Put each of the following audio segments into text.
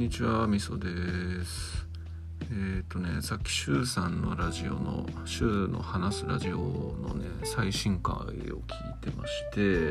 にちは、みそです。さっきシュウさんのラジオのシュウの話すラジオのね最新回を聞いてまして、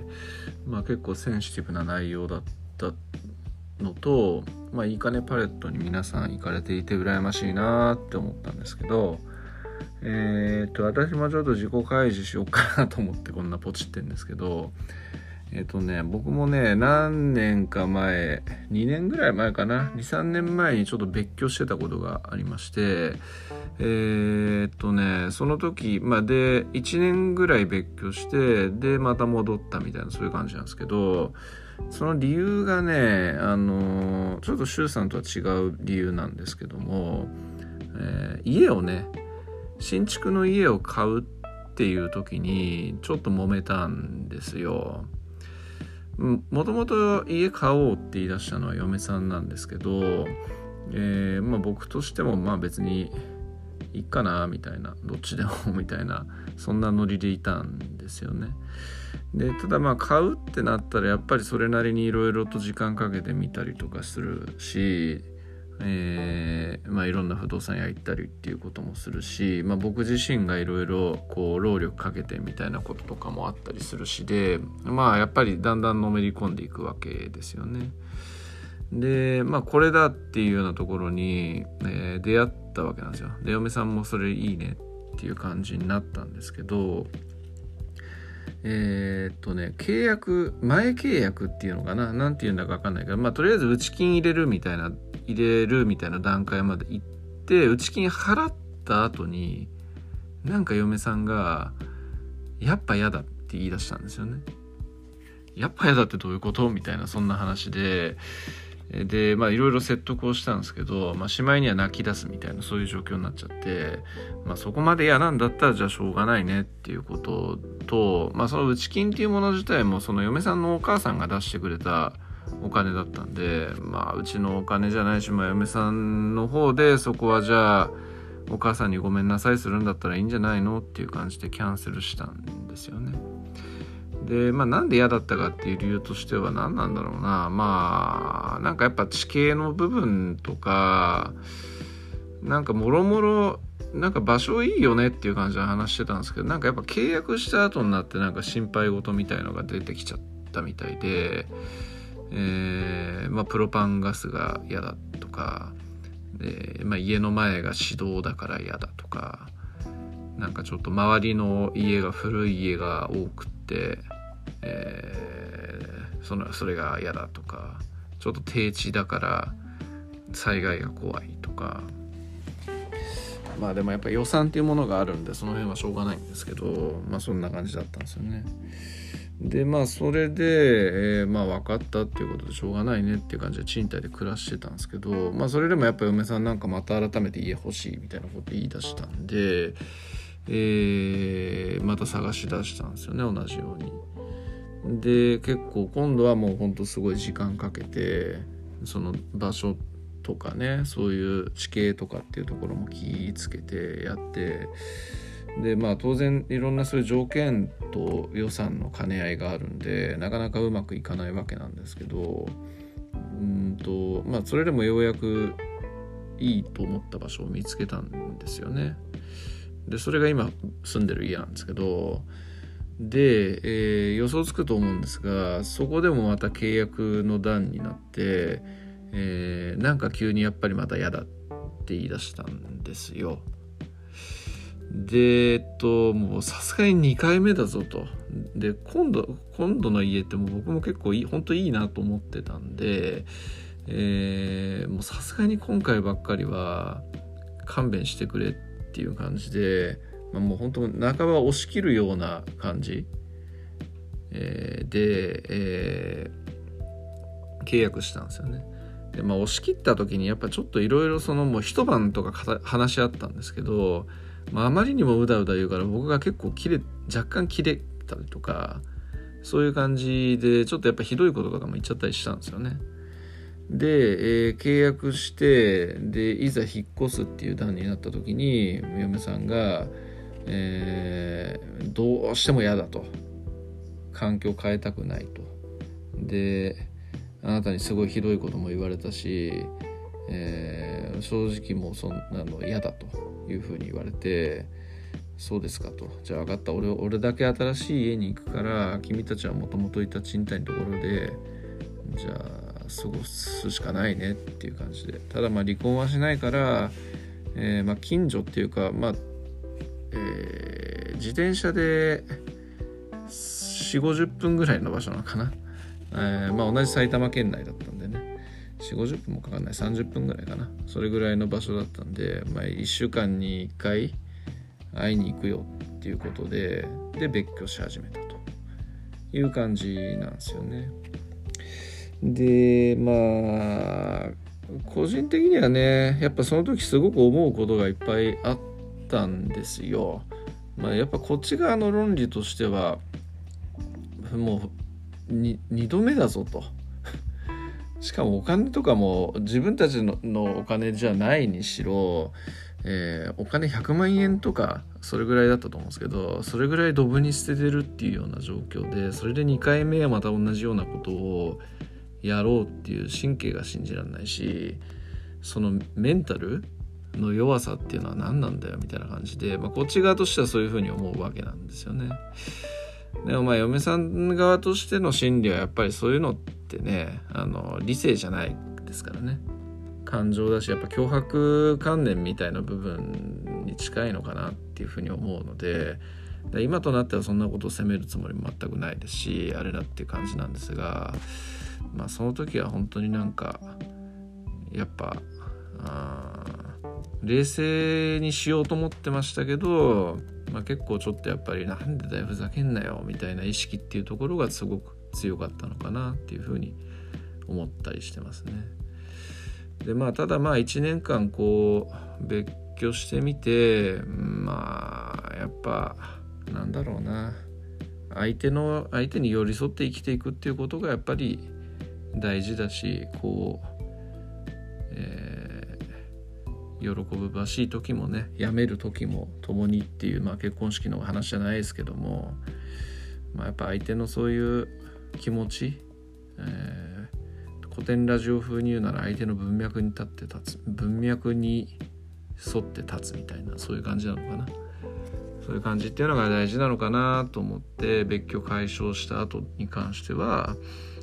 結構センシティブな内容だったのと、いいかねパレットに皆さん行かれていて羨ましいなって思ったんですけど、私もちょっと自己開示しようかなと思ってこんなポチってんですけど、僕もね何年か前、2年ぐらい前かな、 2,3 年前にちょっと別居してたことがありまして、その時で1年ぐらい別居して、でまた戻ったみたいな、そういう感じなんですけど、その理由がねちょっと周さんとは違う理由なんですけども、家をね、新築の家を買うっていう時にちょっと揉めたんですよ。もともと家買おうって言い出したのは嫁さんなんですけど、僕としても別にいいかなみたいな、どっちでもみたいな、そんなノリでいたんですよね。でただ買うってなったらやっぱりそれなりにいろいろと時間かけてみたりとかするし、いろんな不動産屋行ったりっていうこともするし、僕自身がいろいろ労力かけてみたいなこととかもあったりするしで、やっぱりだんだんのめり込んでいくわけですよね。でこれだっていうようなところに、出会ったわけなんですよ。で嫁さんもそれいいねっていう感じになったんですけど、前契約っていうのかな、なんていうんだか分かんないけど、とりあえず内金入れるみたいな段階まで行って、内金払った後になんか嫁さんがやっぱ嫌だって言い出したんですよね。やっぱ嫌だってどういうことみたいな、そんな話でいろいろ説得をしたんですけど、しまいには泣き出すみたいな、そういう状況になっちゃって、そこまで嫌なんだったらじゃあしょうがないねっていうことと、その内金っていうもの自体もその嫁さんのお母さんが出してくれたお金だったんで、うちのお金じゃないし、嫁さんの方でそこはじゃあお母さんにごめんなさいするんだったらいいんじゃないのっていう感じでキャンセルしたんですよね。でなんで嫌だったかっていう理由としては何なんだろうな、なんかやっぱ地形の部分とか、なんかもろもろなんか場所いいよねっていう感じで話してたんですけど、なんかやっぱ契約した後になってなんか心配事みたいのが出てきちゃったみたいで、プロパンガスが嫌だとかで、家の前が市道だから嫌だとか、なんかちょっと周りの家が古い家が多くって、それが嫌だとか、ちょっと低地だから災害が怖いとか、でもやっぱり予算っていうものがあるんでその辺はしょうがないんですけど、そんな感じだったんですよね。でそれで、分かったっていうことでしょうがないねっていう感じで賃貸で暮らしてたんですけど、それでもやっぱり嫁さんなんかまた改めて家欲しいみたいなこと言い出したんで、また探し出したんですよね、同じように。で結構今度はもうほんとすごい時間かけて、その場所とかね、そういう地形とかっていうところも気ぃつけてやって、で当然いろんなそういう条件と予算の兼ね合いがあるんでなかなかうまくいかないわけなんですけど、それでもようやくいいと思った場所を見つけたんですよね。でそれが今住んでる家なんですけど、で、予想つくと思うんですが、そこでもまた契約の段になって、なんか急にやっぱりまた嫌だって言い出したんですよ。でもうさすがに2回目だぞと。で今度の家ってもう僕も結構本当いいなと思ってたんで、もうさすがに今回ばっかりは勘弁してくれっていう感じで、もう本当半ば押し切るような感じ、で、契約したんですよね。で押し切った時にやっぱちょっといろいろもう一晩とか話し合ったんですけど、あまりにもうだうだ言うから僕が結構若干切れたりとか、そういう感じでちょっとやっぱひどいこととかも言っちゃったりしたんですよね。で、契約して、でいざ引っ越すっていう段になった時に嫁さんが、どうしても嫌だと、環境変えたくないと、であなたにすごいひどいことも言われたし、 正直もうそんなの嫌だというふうに言われて、そうですかと、じゃあ分かった、俺だけ新しい家に行くから、君たちはもともといた賃貸のところでじゃあ過ごすしかないねっていう感じで、ただまあ離婚はしないから、近所っていうか、自転車で4、50分ぐらいの場所なのかな、同じ埼玉県内だったんでね、4、50分もかかんない、30分ぐらいかな、それぐらいの場所だったんで、1週間に1回会いに行くよっていうことで別居し始めたという感じなんですよね。で個人的にはね、やっぱその時すごく思うことがいっぱいあったんですよ。やっぱこっち側の論理としてはもう2度目だぞとしかもお金とかも自分たちのお金じゃないにしろ、お金100万円とかそれぐらいだったと思うんですけど、それぐらいドブに捨ててるっていうような状況で、それで2回目はまた同じようなことをやろうっていう神経が信じられないし、そのメンタルの弱さっていうのは何なんだよみたいな感じで、こっち側としてはそういうふうに思うわけなんですよね。でも嫁さん側としての心理はやっぱりそういうのってね、理性じゃないですからね、感情だし、やっぱ強迫観念みたいな部分に近いのかなっていうふうに思うので、今となってはそんなことを責めるつもりも全くないですし、あれだっていう感じなんですが、その時は本当になんかやっぱ冷静にしようと思ってましたけど、結構ちょっとやっぱりなんでだよふざけんなよみたいな意識っていうところがすごく強かったのかなっていうふうに思ったりしてますね。でただ1年間こう別居してみて、やっぱなんだろうな、相手に寄り添って生きていくっていうことがやっぱり大事だし、こう、喜ぶばしい時もね、辞める時も共にっていう、結婚式の話じゃないですけども、やっぱ相手のそういう気持ち、古典ラジオ風に言うなら相手の文脈に沿って立つみたいな、そういう感じなのかな。そういう感じっていうのが大事なのかなと思って、別居解消した後に関しては、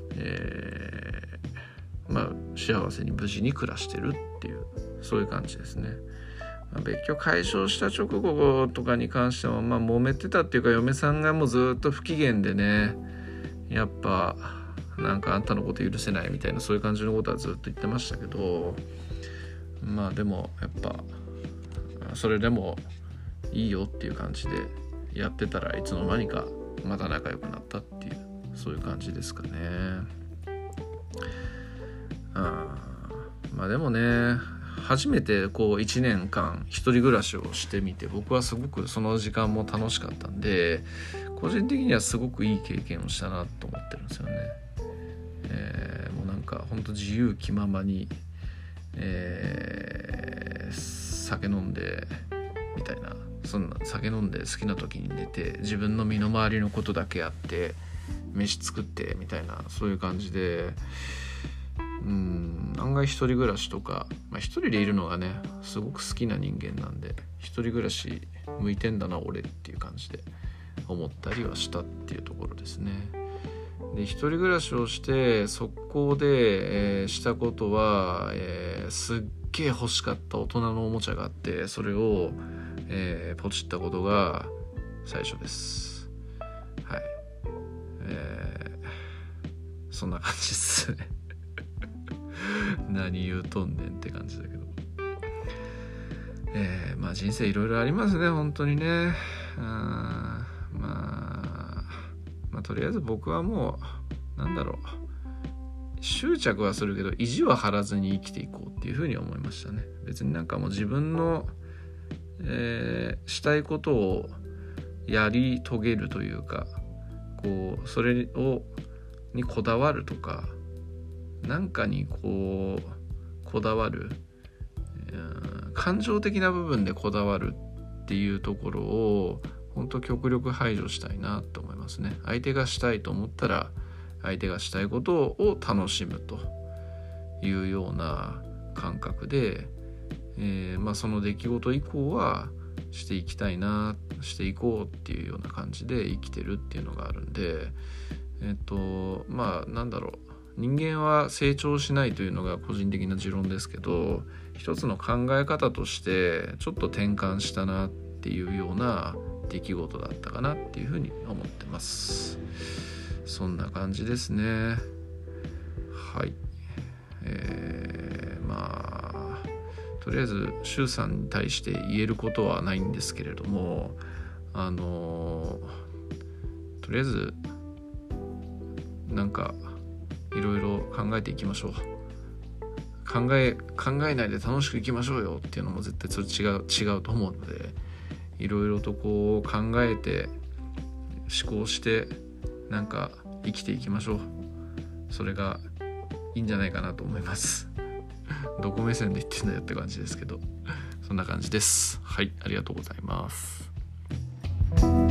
幸せに無事に暮らしてるっていう、そういう感じですね。別居解消した直後とかに関しては揉めてたっていうか、嫁さんがもうずっと不機嫌でね、やっぱなんかあんたのこと許せないみたいな、そういう感じのことはずっと言ってましたけど、でもやっぱそれでもいいよっていう感じでやってたら、いつの間にかまた仲良くなったっていう、そういう感じですかね。でもね、初めてこう1年間一人暮らしをしてみて、僕はすごくその時間も楽しかったんで、個人的にはすごくいい経験をしたなと思ってるんですよね。もうなんか本当自由気ままに、酒飲んでみたいな、そんな酒飲んで好きな時に寝て、自分の身の回りのことだけやって飯作ってみたいな、そういう感じで、案外一人暮らしとか、一人でいるのがねすごく好きな人間なんで、一人暮らし向いてんだな俺っていう感じで思ったりはしたっていうところですね。で、一人暮らしをして速攻で、したことは、すっげえ欲しかった大人のおもちゃがあって、それを、ポチったことが最初です。はい、そんな感じですね何言うとんねんって感じだけど、人生いろいろありますね本当にね。とりあえず僕はもう執着はするけど意地は張らずに生きていこうっていうふうに思いましたね。別になんかもう自分の、したいことをやり遂げるというか、こうそれにこだわるとか、なんかにこだわる、感情的な部分でこだわるっていうところを本当極力排除したいなと思いますね。相手がしたいと思ったら相手がしたいことを楽しむというような感覚で、その出来事以降はしていきたいな、していこうっていうような感じで生きてるっていうのがあるんで、なんだろう、人間は成長しないというのが個人的な持論ですけど、一つの考え方としてちょっと転換したなっていうような出来事だったかなっていうふうに思ってます。そんな感じですね。はい。とりあえず周さんに対して言えることはないんですけれども、とりあえずなんかいろいろ考えていきましょう。考えないで楽しくいきましょうよっていうのも絶対それ違うと思うので、いろいろとこう考えて思考してなんか生きていきましょう。それがいいんじゃないかなと思います。どこ目線で言ってんだよって感じですけど、そんな感じです。はい、ありがとうございます。